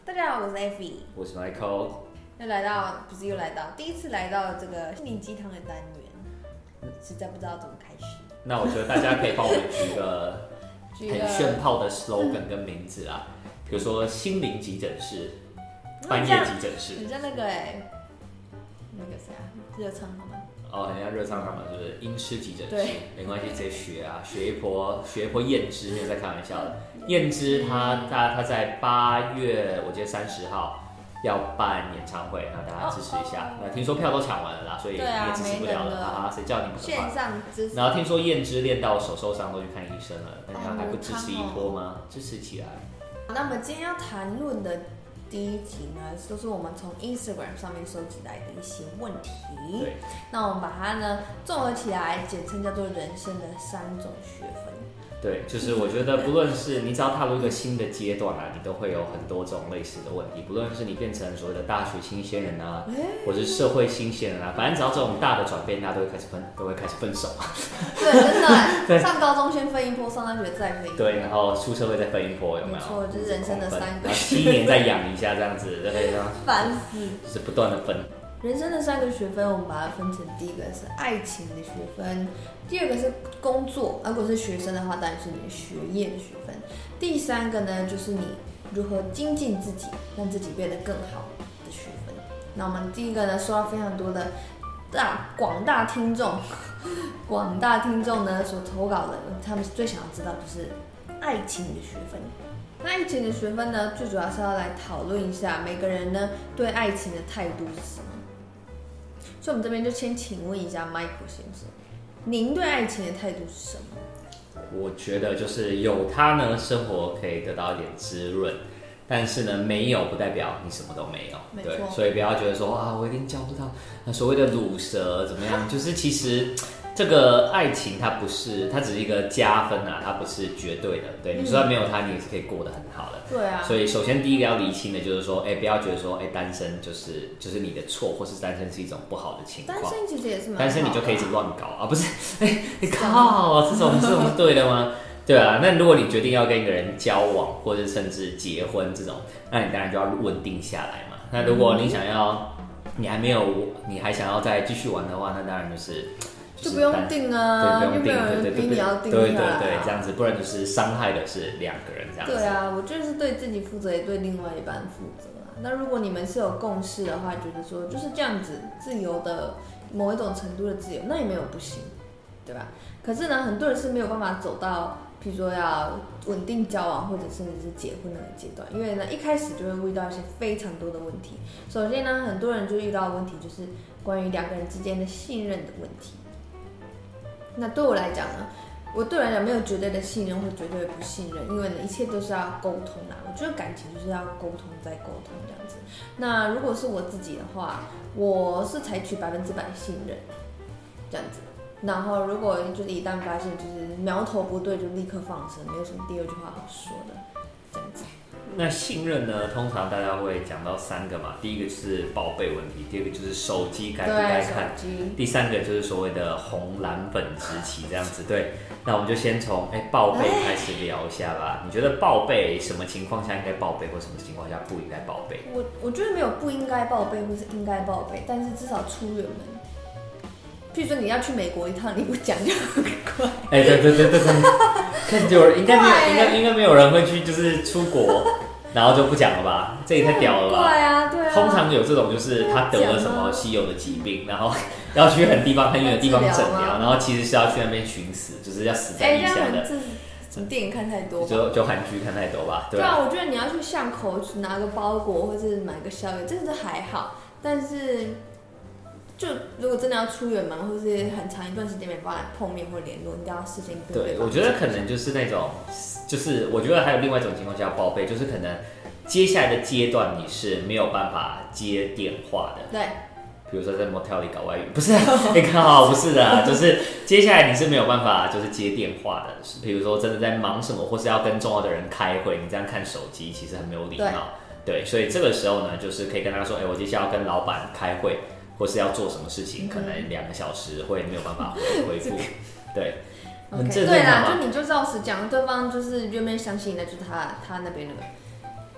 大家好，我是 Effie， 我是 Michael， 又来到第一次来到这个心灵鸡汤的单元，实在不知道怎么开始。 那我觉得大家可以帮我们举个很炫炮的 slogan 跟名字啊，比如说心灵急诊室、半夜急诊室。 很像那个那个谁啊，热唱好吗？ 哦，人家热唱他们就是阴湿急诊室，没关系，直接学啊，学一波燕之，没有在开玩笑的。燕之他在8月，我记得30号要办演唱会，那大家支持一下。那听说票都抢完了啦，所以你也支持不了了，哈哈，谁叫你不线上支持。 然后听说燕之练到手受伤都去看医生了，大家还不支持一波吗？支持起来。 那么今天要谈论的第一集呢，都是我们从 Instagram 上面收集来的一些问题。 对， 那我们把它呢综合起来，简称叫做人生的3种学分。 对，就是我觉得不论是你只要踏入一个新的阶段啊，你都会有很多这种类似的问题。不论是你变成所谓的大学新鲜人啊，或是社会新鲜人啊，反正只要这种大的转变，大家都会开始分手。 对，真的，上高中先分一波，上大学再分一波。 对，然后出社会再分一波，有没有？ 没错，就是人生的3个。 然后7年再养一下，这样子，对，这样烦死， 就是不断的分。 人生的3个学分，我们把它分成第一个是爱情的学分，第二个是工作，如果是学生的话，当然是你的学业的学分。第3个呢，就是你如何精进自己，让自己变得更好的学分。那我们第一个呢，收到非常多的广大听众呢所投稿的，他们最想要知道就是爱情的学分。那爱情的学分呢，最主要是要来讨论一下每个人呢对爱情的态度是什么。所以我们这边就先请问一下 Michael 先生，您对爱情的态度是什么？ 我觉得就是有它呢，生活可以得到一点滋润，但是呢，没有不代表你什么都没有。对，所以不要觉得说啊，我一定交不到所谓的乳蛇怎么样？就是其实这个爱情它只是一个加分啊，它不是绝对的。对，你就算没有它，你也是可以过得很好的。 对啊。所以首先第一个要厘清的就是说，不要觉得说，单身就是你的错，或是单身是一种不好的情况。 单身其实也是蛮好的。 单身你就可以一直乱搞啊，不是？靠，这种是对的吗？对啊，那如果你决定要跟一个人交往，或者甚至结婚这种，那你当然就要稳定下来嘛。那如果你还想要再继续玩的话，那当然就不用定啊， 对，不用定， 对，逼你要定下来。 对，这样子，不然就是伤害的是2个人这样子。 对啊，我觉得是对自己负责，也对另外一半负责啊。那如果你们是有共识的话，觉得说就是这样子，自由的某一种程度的自由，那也没有不行，对吧？可是呢，很多人是没有办法走到，譬如说要稳定交往，或者甚至是结婚那个阶段，因为呢，一开始就会遇到一些非常多的问题。首先呢，很多人就遇到的问题就是关于2个人之间的信任的问题。那对我来讲呢，没有绝对的信任或绝对的不信任，因为呢，一切都是要沟通啦。我觉得感情就是要沟通再沟通这样子。那如果是我自己的话，我是采取100%信任这样子。然后如果就是一旦发现就是苗头不对，就立刻放生，没有什么第2句话好说的这样子。 那信任呢，通常大家会讲到3个嘛，第一个是报备问题，第2个就是手机该不该看，第3个就是所谓的红蓝粉知己这样子。对，那我们就先从报备开始聊一下吧。你觉得报备什么情况下应该报备，或什么情况下不应该报备？ 我觉得没有不应该报备或是应该报备，但是至少出远门。譬如说你要去美国一趟，你不讲就很怪。 对，看就应该没有人会去，就是出国然后就不讲了吧？这也太屌了吧！ 对啊。 通常有这种就是他得了什么稀有的疾病，然后要去很远的地方诊疗，然后其实是要去那边寻死，就是要死在地下的。 什么电影看太多？ 就韩剧看太多吧？ 对啊，我觉得你要去巷口去拿个包裹，或是买个宵夜，这是还好，但是。就如果真的要出远门，或是很长一段时间没办法碰面或联络，应该要事先准备。 对，我觉得可能就是那种，就是我觉得还有另外一种情况下要报备，就是可能接下来的阶段你是没有办法接电话的。 对。 比如说在 motel 里搞外遇，不是？看好，不是的，就是接下来你是没有办法就是接电话的。比如说真的在忙什么，或是要跟重要的人开会，你这样看手机其实很没有礼貌。对，所以这个时候呢，就是可以跟他说，我接下来要跟老板开会。或是要做什么事情，可能2个小时会没有办法回复，对， 很正常嘛。对啦，就你就照实讲，对方就是原本相信的，就是他那边的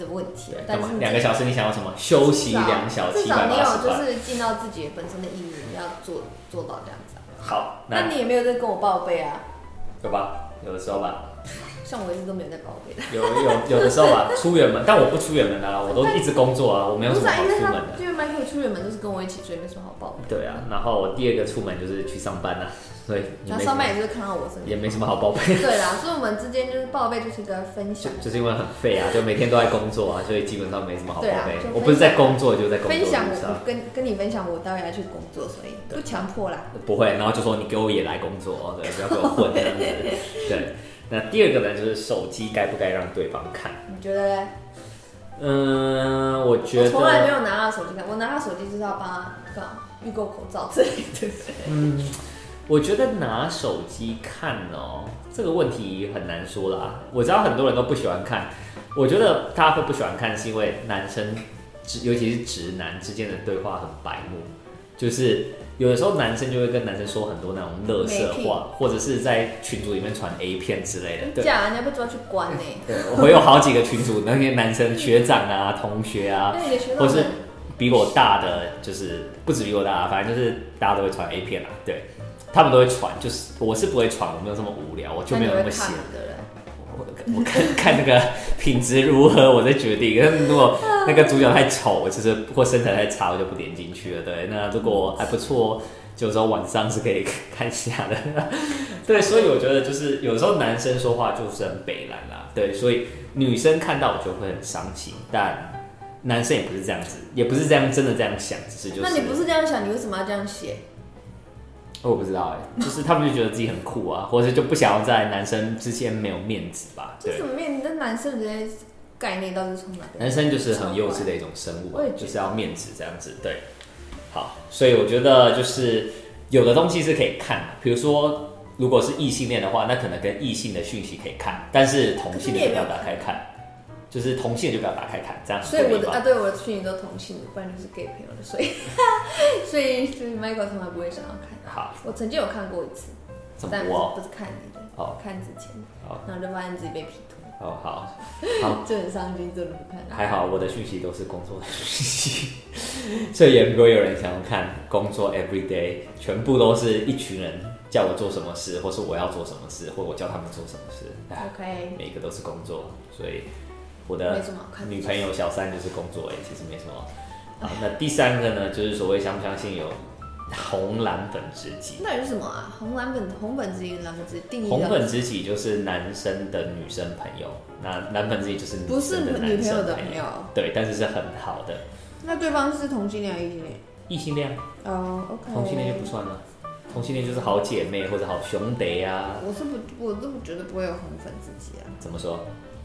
的问题。 但是2个小时你想要什么？休息2小时， 至少你有就是尽到自己本身的义务，你要做到这样子。 好， 那你也没有在跟我报备啊？ 有吧？有的时候吧。 像我一直都没有在报备的。 有的时候吧，出远门，但我不出远门啊，我都一直工作啊，我没有什么好出门的。 因为 Michael 出远门都是跟我一起，所以没什么好报备。 对啊，然后我第2个出门就是去上班啊，所以他上班也就是看到我身边， 也没什么好报备。 对啦，所以我们之间就是报备就是一个分享， 就是因为很废啊，就每天都在工作啊，所以基本上没什么好报备。我不是在工作，就在工作分享我跟你分享我待会要去工作，所以不强迫啦。 不会，然后就说你给我也来工作，对，不要给我混这样子。对，那第2个呢，就是手机该不该让对方看？ 你觉得呢？ 我觉得我从来没有拿他手机看，我拿他手机就是要帮他预购口罩之类的。 我觉得拿手机看哦，这个问题很难说啦。我知道很多人都不喜欢看，我觉得大家会不喜欢看，是因为男生，尤其是直男之间的对话很白目，就是有的时候男生就会跟男生说很多那种垃圾话，或者是在群组里面传 A 片之类的。对， 假人家不抓去关呢。 对，我有好几个群组，那些男生学长啊、同学啊，或是比我大的，就是不止比我大，反正就是大家都会传 A 片啊。对，他们都会传，就是我是不会传，我没有这么无聊，我就没有那么闲。我看那个品质如何，我再决定。如果那个主角太丑，就是或身材太差，我就不点进去了。对，那如果还不错，有时候晚上是可以看下的。对，所以我觉得就是有时候男生说话就是很北蓝啦。对，所以女生看到我就会很伤心，但男生也不是这样子，也不是这样真的这样想，只是就是。 那你不是这样想，你为什么要这样写？ 我不知道就是他们就觉得自己很酷啊，或者就不想要在男生之间没有面子吧。 这什么面子？那男生这些概念到底是从哪？ 男生就是很幼稚的一种生物，就是要面子这样子。对，好，所以我觉得就是有的东西是可以看的，比如说如果是异性恋的话，那可能跟异性的讯息可以看，但是同性的就不要打开看。就是同性就不要打开看，这样。 所以我的讯息都同性的，不然就是 gay 朋友的，所以就是 Michael 从来不会想要看。 好， 我曾经有看过一次，但不是看你的，看之前，然后就发现自己被 P 图。 哦，好， 就很伤心，真的不看。 还好我的讯息都是工作的讯息，所以也不会有人想要看工作 everyday， 全部都是一群人叫我做什么事，或是我要做什么事，或我叫他们做什么事。 OK， 每个都是工作，所以。我的女朋友小三就是工作其实没什么。好，那第3个呢，就是所谓相不相信有红蓝粉知己？ 那是什么啊？红粉知己跟蓝粉知己定义？ 红粉知己就是男生的女生朋友，那蓝粉知己就是女生的男生朋友， 不是女朋友的朋友。 对，但是是很好的。 那对方是同性恋还是异性恋？ 异性恋。 哦 ，OK。 同性恋就不算了。同性恋就是好姐妹或者好兄弟啊。 我都觉得不会有红粉知己啊。 怎么说？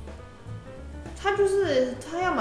他要么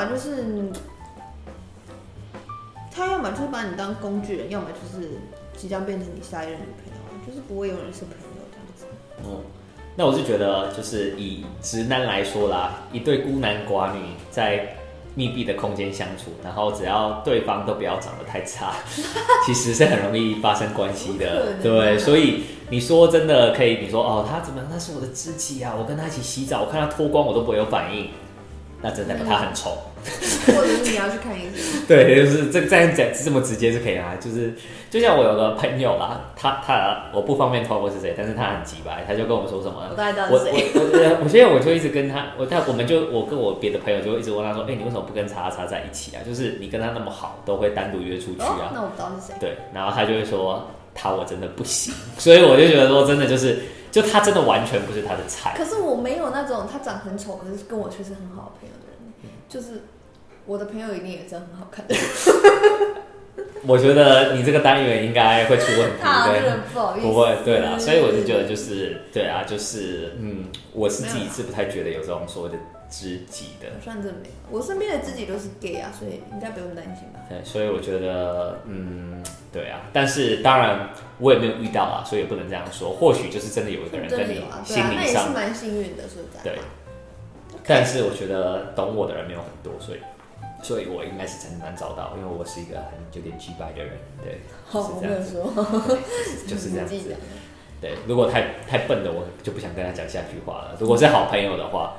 就是把你当工具人，要么就是即将变成你下一任女朋友，就是不会有人是朋友这样子。 那我是觉得，就是以直男来说啦，一对孤男寡女在密闭的空间相处，然后只要对方都不要长得太差，其实是很容易发生关系的。对，所以你说真的可以，你说他怎么样？他是我的知己啊，我跟他一起洗澡，我看他脱光我都不会有反应。那真的他很丑， 或者是你要去看医生。 对，就是这样讲这么直接是可以啦。就是就像我有个朋友啦，他我不方便透露是谁，但是他很急白，他就跟我说什么， 我大概知道是谁。 我现在我就一直跟他，我跟我别的朋友就一直问他说，你为什么不跟叉叉在一起啊？就是你跟他那么好，都会单独约出去啊。 那我不知道是谁。 对，然后他就会说我真的不行，所以我就觉得说真的就他真的完全不是他的菜。 可是我没有那种他长很丑，可是跟我却是很好的朋友的人，就是我的朋友一定也是很好看的。 我觉得你这个单元应该会出问题， 对，不好意思， 不会，对啦，所以我就觉得就是对啊，就是我是自己是不太觉得有这种所谓的知己的， 我算真没有，我身边的知己都是 gay 啊，所以应该不用担心吧。 对，所以我觉得对啊，但是当然我也没有遇到啦，所以也不能这样说，或许就是真的有一个人跟你心理上， 那也是蛮幸运的，说实在话。 对，但是我觉得懂我的人没有很多，所以我应该是很难找到，因为我是一个有点直白的人，对， 好，我没有说， 就是这样子。对，如果太笨的，我就不想跟他讲下句话了。如果是好朋友的话，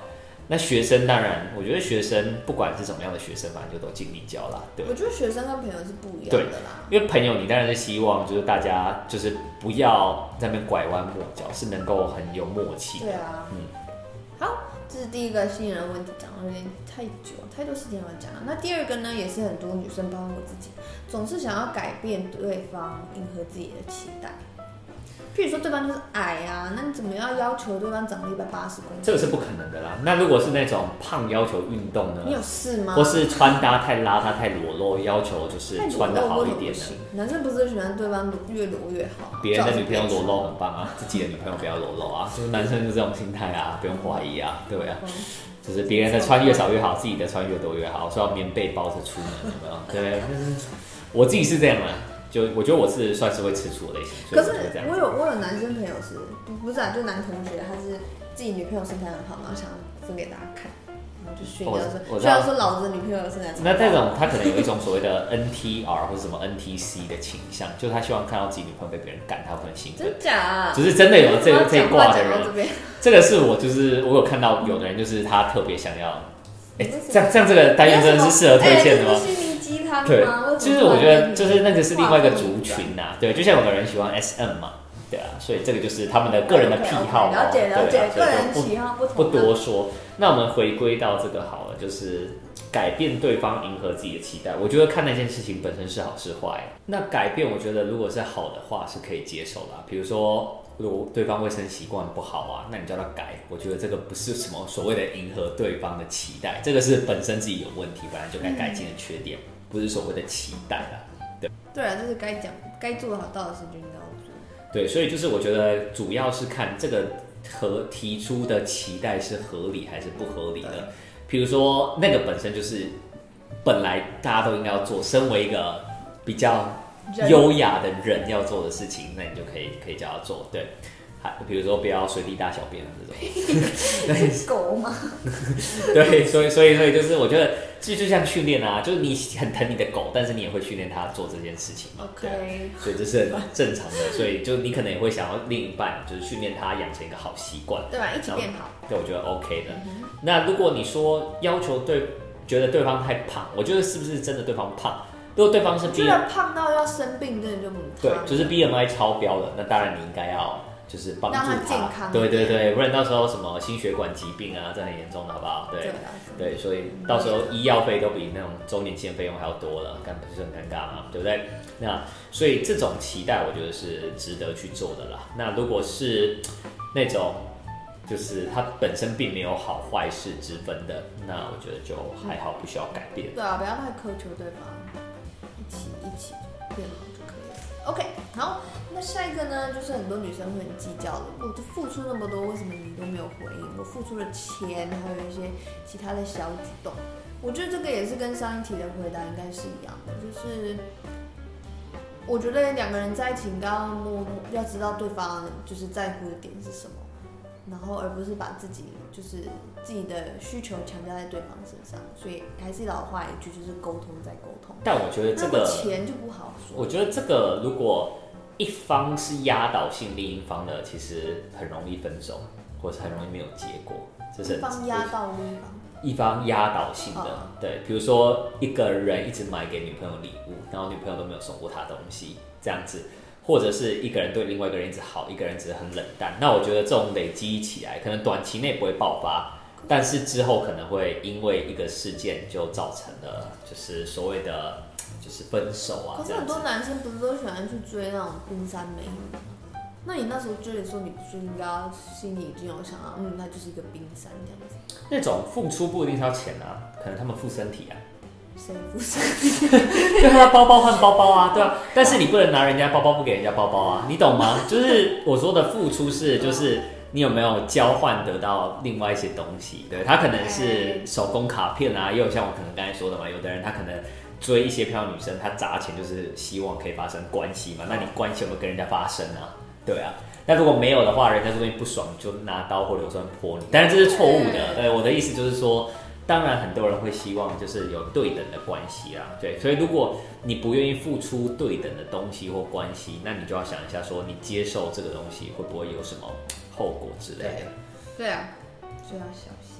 那学生当然，我觉得学生不管是什么样的学生，反正就都尽力教啦。对， 我觉得学生跟朋友是不一样的啦。 因为朋友，你当然是希望就是大家就是不要在那边拐弯抹角，是能够很有默契的。 对啊，好，这是第一个吸引人的问题，讲的有点太久，太多事情要讲了。那第二个呢，也是很多女生，包括我自己，总是想要改变对方，迎合自己的期待。譬如说对方就是矮啊，那你怎么要求对方长得180公斤？ 这个是不可能的啦。那如果是那种胖要求运动呢？ 你有试吗？ 或是穿搭太邋遢、太裸露，要求就是穿得好一点的。 男生不是喜欢对方越裸越好？ 别人的女朋友裸露很棒啊，自己的女朋友不要裸露啊，就是男生就这种心态啊，不用怀疑啊，对啊。就是别人的穿越少越好，自己的穿越多越好，说要棉被包着出门，有没有？对，我自己是这样的。就我觉得我是算是会吃醋的类型， 可是我有男生朋友是不是啊？就男同学，他是自己女朋友身材很好，然后想分给大家看，然后就炫耀说，虽然说老子女朋友身材。 那这种他可能有一种所谓的 NTR 或者什么 NTC 的倾向，就是他希望看到自己女朋友被别人干，他会很兴奋。 真假啊？ 就是真的有这一挂的人，这个是我有看到有的人就是他特别想要，这样这个单元真的是适合推荐的吗？对，就是我觉得就是那个是另外一个族群呐，对，就像有的人喜欢 SM 嘛，对啊，所以这个就是他们的个人的癖好， 了解，个人喜好不多说。那我们回归到这个好了，就是改变对方，迎合自己的期待。我觉得看那件事情本身是好是坏，那改变我觉得如果是好的话是可以接受的，比如说。如果对方卫生习惯不好啊，那你叫他改，我觉得这个不是什么所谓的迎合对方的期待，这个是本身自己有问题，本来就该改进的缺点，不是所谓的期待啦。 对啊，就是该做好到的事就应该要做。 对，所以就是我觉得主要是看这个提出的期待是合理还是不合理的。比如说那个本身就是本来大家都应该要做，身为一个比较优雅的人要做的事情，那你就可以叫他做。对，比如说不要随地大小便这种。 是狗吗？ 对，所以就是我觉得就像训练啊，就是你很疼你的狗，但是你也会训练它做这件事情嘛。 OK， 所以这是很正常的。所以就你可能也会想要另一半就是训练它养成一个好习惯， 对吧？一起变好。 对，我觉得 OK 的。那如果你说要求觉得对方太胖，我觉得是不是真的对方胖？如果对方是觉得胖到要生病，真的就不对，就是 BMI 超标的，那当然你应该要就是帮助他健康。 对，不然到时候什么心血管疾病啊，这很严重的，好不好？对，所以到时候医药费都比那种周年庆费用还要多了，不是很尴尬吗？对不对？那所以这种期待，我觉得是值得去做的啦。那如果是那种就是它本身并没有好坏事之分的，那我觉得就还好，不需要改变。 对啊，不要太苛求对方。一起变好就可以了。OK， 好，那下一个呢，就是很多女生会很计较的，我都付出那么多，为什么你都没有回应？我付出了钱，还有一些其他的小举动。我觉得这个也是跟上一题的回答应该是一样的，就是我觉得两个人在一起，你要知道对方就是在乎的点是什么。然后而不是把自己的需求强加在对方身上，所以还是老话一句，就是沟通再沟通。 但我觉得这个钱就不好说。 我觉得这个如果一方是压倒性另一方的，其实很容易分手，或是很容易没有结果。这是一方压到另一方。 一方压倒性的，对，比如说一个人一直买给女朋友礼物，然后女朋友都没有送过他东西，这样子。或者是一个人对另外一个人一直好，一个人只是很冷淡，那我觉得这种累积起来，可能短期内不会爆发，但是之后可能会因为一个事件就造成了就是所谓的就是分手啊。 可是很多男生不是都喜欢去追那种冰山美女吗？那你那时候追的时候，你不是应该心里已经有想到，那就是一个冰山这样子？ 那种付出不一定是要钱啊，可能他们付身体啊。 谁付身体？ 对啊，包包换包包啊，对啊。但是你不能拿人家包包不给人家包包啊，你懂吗？就是我说的付出是，就是你有没有交换得到另外一些东西？对，他可能是手工卡片啊，也有像我可能刚才说的嘛，有的人他可能追一些漂亮女生，他砸钱就是希望可以发生关系嘛。那你关系有没有跟人家发生啊？对啊。那如果没有的话，人家这边不爽就拿刀或硫酸泼你，当然这是错误的。我的意思就是说。当然，很多人会希望就是有对等的关系啦，对，所以如果你不愿意付出对等的东西或关系，那你就要想一下，说你接受这个东西会不会有什么后果之类的。 对啊，所以要小心。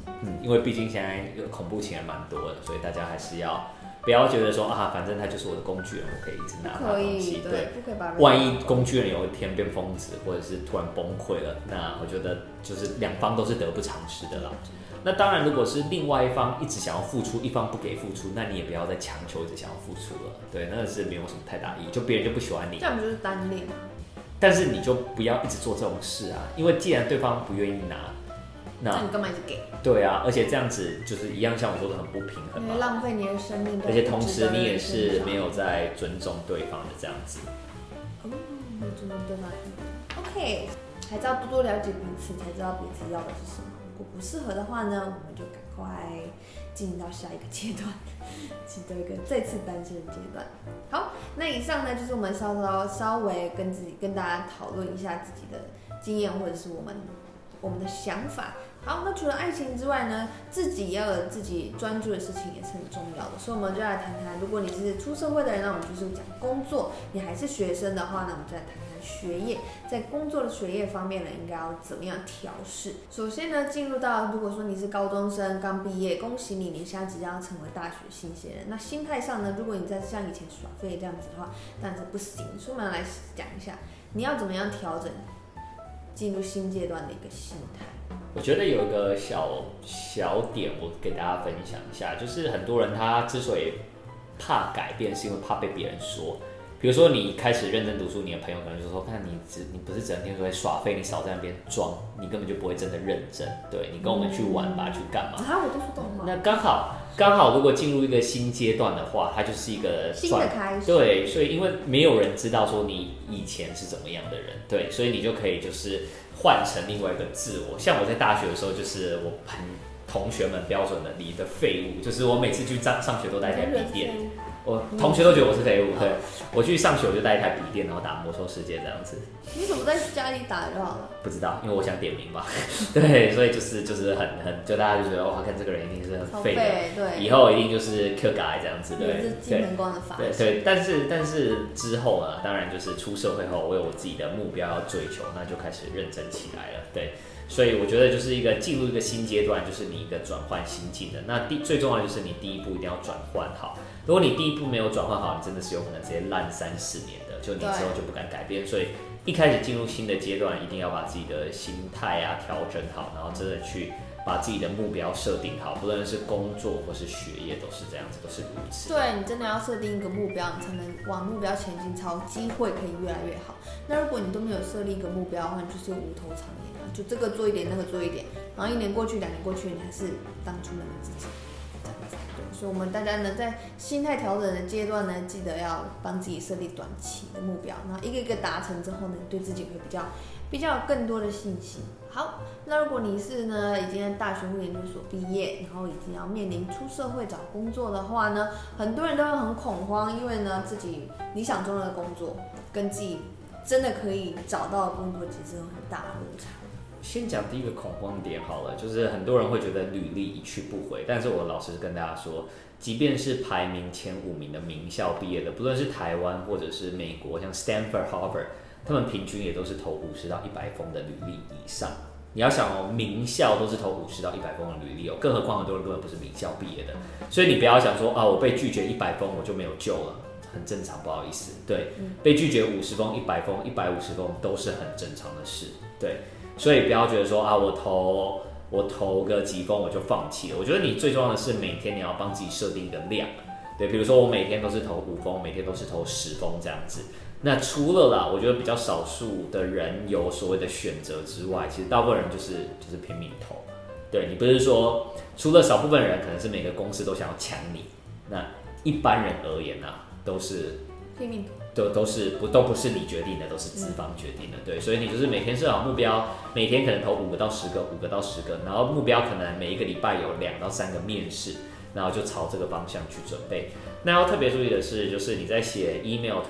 因为毕竟现在恐怖情人蛮多的，所以大家还是要不要觉得说啊，反正他就是我的工具人，我可以一直拿他的东西。 对，不可以把人。 万一工具人有一天变疯子，或者是突然崩溃了，那我觉得就是两方都是得不偿失的啦。那当然，如果是另外一方一直想要付出，一方不给付出，那你也不要再强求一直想要付出了。对，那个是没有什么太大意义，就别人就不喜欢你。 这样不就是单恋吗？ 但是你就不要一直做这种事啊，因为既然对方不愿意拿， 那你干嘛一直给？ 对啊，而且这样子就是一样，像我说的很不平衡嘛， 你浪费你的生命， 而且同时你也是没有在尊重对方的这样子。 没有尊重对方。OK， 还是要多多了解彼此，才知道彼此要的是什么。如果不适合的话呢，我们就赶快进到下一个阶段，进到一个再次单身的阶段。好，那以上呢就是我们稍微跟大家讨论一下自己的经验，或者是我们的想法。好，那除了爱情之外呢，自己要有自己专注的事情也是很重要的，所以我们就来谈谈，如果你是出社会的人，那我们就是讲工作；你还是学生的话呢，我们就来谈谈学业。在工作的学业方面呢，应该要怎么样调试？首先呢，进入到如果说你是高中生刚毕业，恭喜你，你现在即将要成为大学新鲜人。那心态上呢，如果你在像以前耍废这样子的话，当然是不行。所以我们来讲一下，你要怎么样调整进入新阶段的一个心态。 我觉得有一个小点，我给大家分享一下，就是很多人他之所以怕改变，是因为怕被别人说。比如说你开始认真读书，你的朋友可能就说：“看你不是整天都在耍废，你少在那边装，你根本就不会真的认真。对你跟我们去玩吧，去干嘛？” 我都说懂吗？ 那刚好，如果进入一个新阶段的话，它就是一个新的开始。 对，所以因为没有人知道说你以前是怎么样的人，对，所以你就可以就是换成另外一个自我。像我在大学的时候，就是我同学们标准的你的废物，就是我每次去上学都带一台笔电。我同学都觉得我是废物，对，我去上学我就带一台笔电，然后打魔兽世界这样子。 你怎么在家里打就好了？ 不知道，因为我想点名吧。对，所以就是就大家就觉得哇，看这个人一定是很废的， 对， 以后一定就是 Q 改这样子，对， 是金门光的法。 对，但是之后呢，当然就是出社会后，我有我自己的目标要追求，那就开始认真起来了，对。所以我觉得就是进入一个新阶段，就是你一个转换心境的。那最重要的就是你第一步一定要转换好。如果你第一步没有转换好，你真的是有可能直接烂3-4年的，就你之后就不敢改变。所以一开始进入新的阶段，一定要把自己的心态调整好，然后真的去把自己的目标设定好，不论是工作或是学业都是这样子，都是如此。 对，你真的要设定一个目标，你才能往目标前进，才有机会可以越来越好。那如果你都没有设立一个目标的话，你就是无头苍蝇啊，就这个做一点，那个做一点，然后1年过去，2年过去，你还是当初那个自己。所以，我们大家呢，在心态调整的阶段呢，记得要帮自己设立短期的目标，然后一个一个达成之后呢，对自己会比较有更多的信心。好，那如果你是呢已经在大学或研究所毕业，然后已经要面临出社会找工作的话呢，很多人都会很恐慌，因为呢自己理想中的工作跟自己真的可以找到的工作其实有很大的落差。 先讲第一个恐慌点好了，就是很多人会觉得履历一去不回，但是我老实跟大家说，即便是排名前5名的名校毕业的，不论是台湾或者是美国，像 Stanford、Harvard， 他们平均也都是投50到100封的履历以上。你要想哦，名校都是投50到100封的履历哦，更何况很多人根本不是名校毕业的，所以你不要想说啊，我被拒绝100封我就没有救了，很正常，不好意思，对，被拒绝50封、100封、150封都是很正常的事，对。所以不要觉得说啊，我投个几封我就放弃了。我觉得你最重要的是每天你要帮自己设定一个量，对，比如说我每天都是投5封，每天都是投10封这样子。那除了啦，我觉得比较少数的人有所谓的选择之外，其实大部分人就是拼命投。对，你不是说除了少部分人可能是每个公司都想要抢你，那一般人而言都是拼命投。 都不是你决定的，都是资方决定的，对，所以你就是每天设好目标，每天可能投5个到10个，5个到10个，然后目标可能每一个礼拜有2到3个面试，然后就朝这个方向去准备。那要特别注意的是，就是你在写 email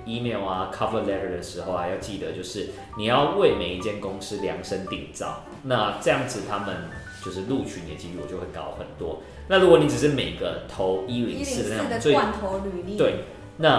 cover letter 的时候要记得就是你要为每一间公司量身定造，那这样子他们就是录取你的几率就会高很多。那如果你只是每个投104的那种罐头履历， 对，那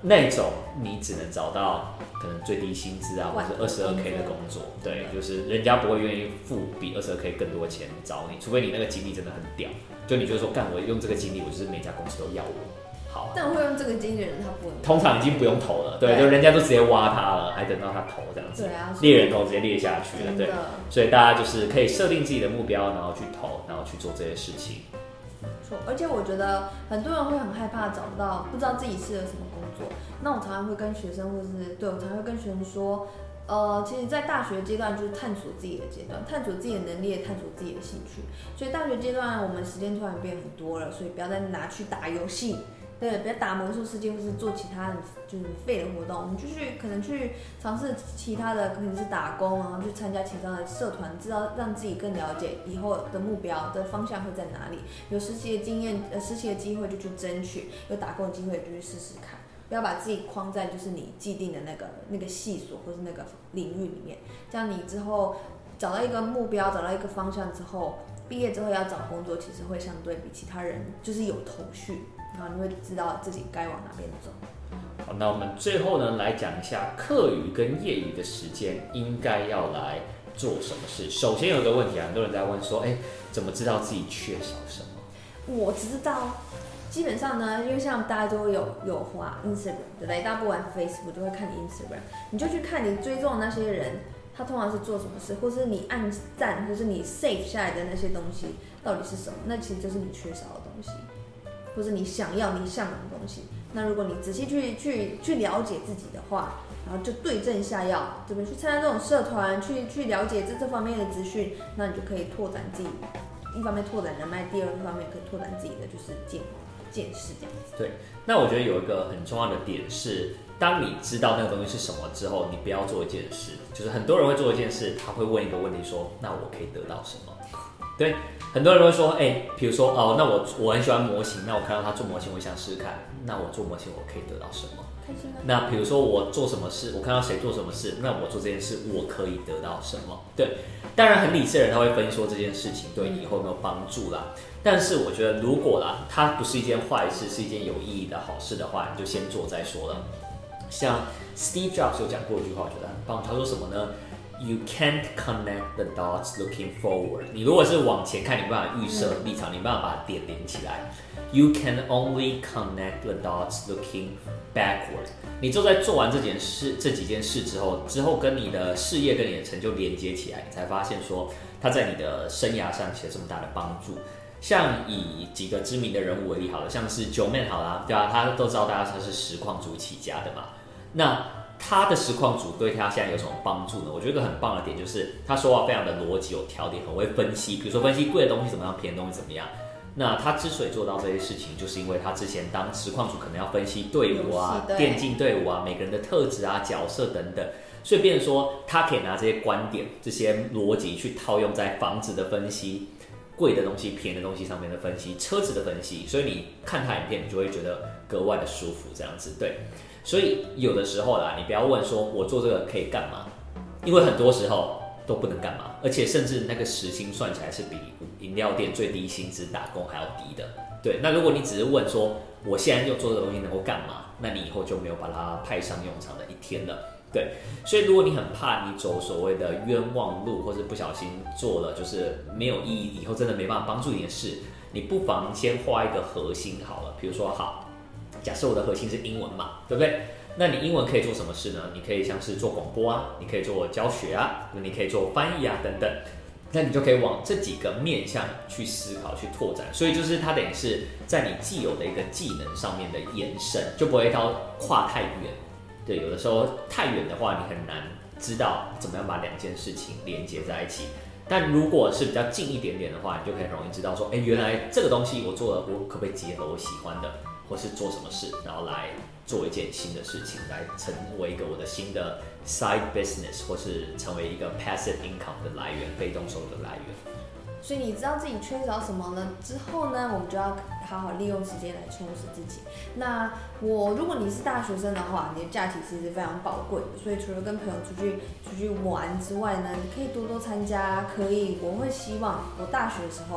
那种你只能找到可能最低薪资啊，或者22K 的工作，对，就是人家不会愿意付比22K 更多的钱找你，除非你那个经历真的很屌，就你觉得说干我用这个经历，我就是每家公司都要我。好， 但会用这个经纪人，他不会。 通常已经不用投了，对，就人家都直接挖他了，还等到他投这样子。 对啊， 猎人头直接猎下去了，对。所以大家就是可以设定自己的目标，然后去投，然后去做这些事情。 错，而且我觉得很多人会很害怕找不到，不知道自己适合什么工作。那我常常会跟学生，或是对我常常会跟学生说，其实，在大学阶段就是探索自己的阶段，探索自己的能力，探索自己的兴趣。所以大学阶段我们时间突然变很多了，所以不要再拿去打游戏。对，不要打魔术世界，或是做其他就是废的活动。我们可能去尝试其他的，可能是打工，然后去参加其他的社团，知道让自己更了解以后的目标的方向会在哪里。有实习的经验，实习的机会就去争取；有打工的机会就去试试看。不要把自己框在就是你既定的那个系所或是那个领域里面。这样你之后找到一个目标，找到一个方向之后，毕业之后要找工作，其实会相对比其他人就是有头绪。然后你会知道自己该往哪边走。 好，那我们最后呢来讲一下课余跟业余的时间应该要来做什么事。首先有一个问题啊，很多人在问说，怎么知道自己缺少什么？ 我知道，基本上呢，因为像大家都有滑 Instagram， 对不对？大家不玩 Facebook 就会看你 Instagram， 你就去看你追踪的那些人，他通常是做什么事，或是你按赞，或是你 save 下来的那些东西到底是什么？那其实就是你缺少的东西。或是你想要、你向往的东西，那如果你仔细去了解自己的话，然后就对症下药，这边去参加这种社团，去了解这方面的资讯，那你就可以拓展自己，一方面拓展人脉，第二方面可以拓展自己的就是见识这样子。 对，那我觉得有一个很重要的点是，当你知道那个东西是什么之后，你不要做一件事，就是很多人会做一件事，他会问一个问题说，那我可以得到什么？对，很多人会说，比如说那我很喜欢模型，那我看到他做模型，我想试试看，那我做模型我可以得到什么？ 开心啊！ 那比如说我做什么事，我看到谁做什么事，那我做这件事我可以得到什么？对，当然很理智的人他会分析说这件事情对你以后有没有帮助啦。但是我觉得如果啦，它不是一件坏事，是一件有意义的好事的话，你就先做再说了。像 Steve Jobs 有讲过一句话，我觉得很棒，他说什么呢？You can't connect the dots looking forward。你如果是往前看，你没办法预设立场，你没办法把点连起来。You can only connect the dots looking backward。你就在做完这几件事之后跟你的事业跟你的成就连接起来，你才发现说它在你的生涯上起了这么大的帮助。像以几个知名的人物为例好了，像是 Joeman 好啦，对吧？他都知道大家他是实况主起家的嘛，那他的实况组对他现在有什么帮助呢？我觉得一个很棒的点就是他说话非常的逻辑有条理，很会分析，比如说分析贵的东西怎么样，便宜的东西怎么样。那他之所以做到这些事情，就是因为他之前当实况组可能要分析队伍啊、电竞队伍啊、每个人的特质啊、角色等等，所以变成说他可以拿这些观点、这些逻辑去套用在房子的分析、贵的东西、便宜的东西上面的分析、车子的分析，所以你看他影片，你就会觉得格外的舒服，这样子对。所以有的时候啦，你不要问说我做这个可以干嘛，因为很多时候都不能干嘛，而且甚至那个时薪算起来是比饮料店最低薪资打工还要低的。对，那如果你只是问说我现在就做这个东西能够干嘛，那你以后就没有把它派上用场的一天了。对，所以如果你很怕你走所谓的冤枉路，或是不小心做了就是没有意义，以后真的没办法帮助你的事，你不妨先画一个核心好了。比如说好，假设我的核心是英文嘛，对不对？那你英文可以做什么事呢？你可以像是做广播啊，你可以做教学啊，你可以做翻译啊等等。那你就可以往这几个面向去思考、去拓展。所以就是它等于是在你既有的一个技能上面的延伸，就不会到跨太远。对，有的时候太远的话，你很难知道怎么样把两件事情连接在一起。但如果是比较近一点点的话，你就可以很容易知道说，原来这个东西我做了，我可不可以结合我喜欢的，或是做什么事，然后来做一件新的事情，来成为一个我的新的 side business， 或是成为一个 passive income 的来源，被动收入的来源。 所以你知道自己缺少什么了之后呢，我们就要好好利用时间来充实自己。那如果你是大学生的话，你的假期其实非常宝贵的，所以除了跟朋友出去玩之外呢，你可以多多参加。我会希望我大学的时候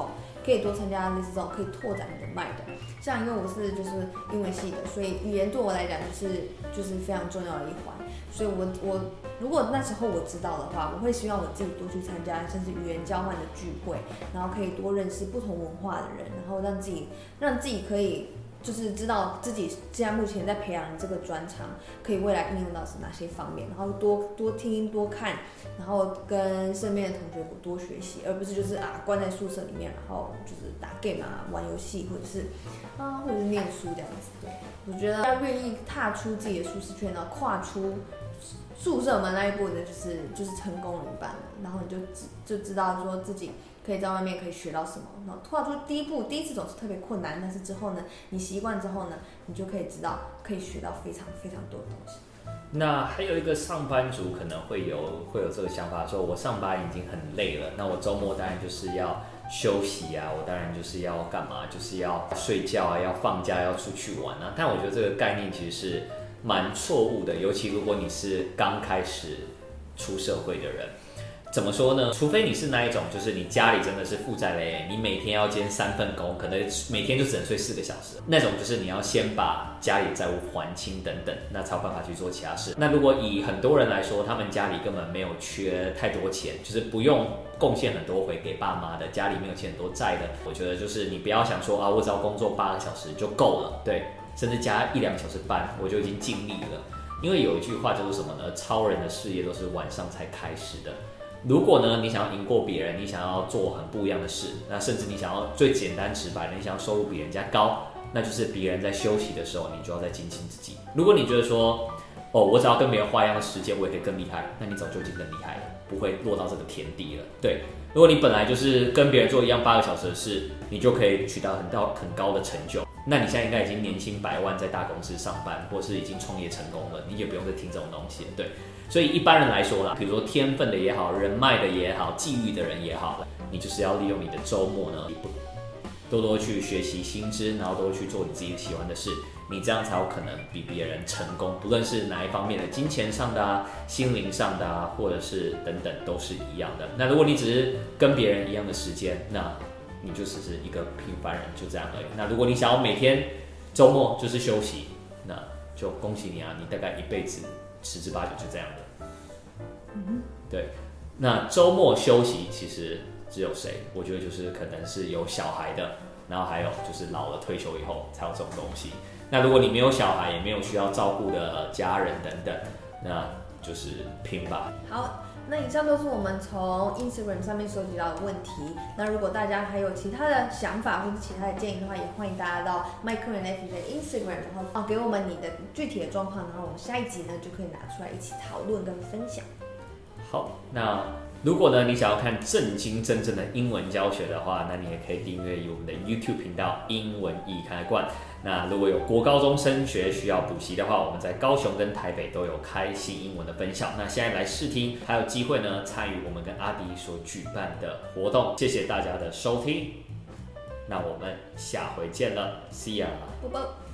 可以多参加类似这种可以拓展人脉的。像因为我是就是英文系的，所以语言对我来讲就是非常重要的一环。所以我如果那时候我知道的话，我会希望我自己多去参加甚至语言交换的聚会，然后可以多认识不同文化的人，然后让自己可以就是知道自己现在目前在培养的这个专长可以未来应用到是哪些方面，然后多听多看，然后跟身边的同学多学习，而不是就是关在宿舍里面，然后就是打 game 玩游戏或者是念书这样子。对，我觉得要愿意踏出自己的舒适圈，然后跨出宿舍门那一步呢，就是成功了一半了，然后你就知道说自己可以在外面可以学到什么，然后跨出第一步，第一次总是特别困难，但是之后呢，你习惯之后呢，你就可以知道可以学到非常非常多的东西。 那还有一个上班族可能会有这个想法，说我上班已经很累了，那我周末当然就是要休息啊，我当然就是要干嘛，就是要睡觉啊，要放假，要出去玩啊。但我觉得这个概念其实是蛮错误的，尤其如果你是刚开始出社会的人。怎么说呢？除非你是那一种，就是你家里真的是负债累累，你每天要兼3份工，可能每天就只能睡4个小时，那种就是你要先把家里债务还清等等，那才有办法去做其他事。那如果以很多人来说，他们家里根本没有缺太多钱，就是不用贡献很多回给爸妈的，家里没有欠很多债的，我觉得就是你不要想说我只要工作8个小时就够了，对，甚至加1-2个小时班，我就已经尽力了。因为有一句话叫做什么呢？超人的事业都是晚上才开始的。如果呢，你想要赢过别人，你想要做很不一样的事，那甚至你想要最简单直白的，你想要收入比人家高，那就是别人在休息的时候，你就要在精进自己。如果你觉得说，我只要跟别人花一样的时间，我也可以更厉害，那你早就已经更厉害了，不会落到这个田地了。对，如果你本来就是跟别人做一样8个小时的事，你就可以取得很高的成就，那你现在应该已经年薪100万，在大公司上班，或是已经创业成功了，你也不用再听这种东西了。对。所以一般人来说啦，比如说天分的也好，人脉的也好，际遇的人也好，你就是要利用你的周末呢，多多去学习新知，然后多去做你自己喜欢的事，你这样才有可能比别人成功，不论是哪一方面的，金钱上的啊，心灵上的啊，或者是等等，都是一样的。那如果你只是跟别人一样的时间，那你就只是一个平凡人，就这样而已。那如果你想要每天周末就是休息，那就恭喜你啊，你大概一辈子10之8九就这样的。对，那周末休息其实只有谁？我觉得就是可能是有小孩的，然后还有就是老了退休以后才有这种东西。那如果你没有小孩，也没有需要照顾的家人等等，那就是拼吧。 好，那以上都是我们从 Instagram 上面收集到的问题。那如果大家还有其他的想法或者其他的建议的话，也欢迎大家到 mycurrentFJ 的 Instagram， 然后给我们你的具体的状况，然后我们下一集呢就可以拿出来一起讨论跟分享。 好，那如果呢你想要看正经真正的英文教学的话，那你也可以订阅我们的 YouTube 频道英文易开罐。那如果有国高中升学需要补习的话，我们在高雄跟台北都有开新英文的分校。那现在来试听，还有机会呢参与我们跟阿迪所举办的活动。谢谢大家的收听，那我们下回见了 ，See ya。 啵啵。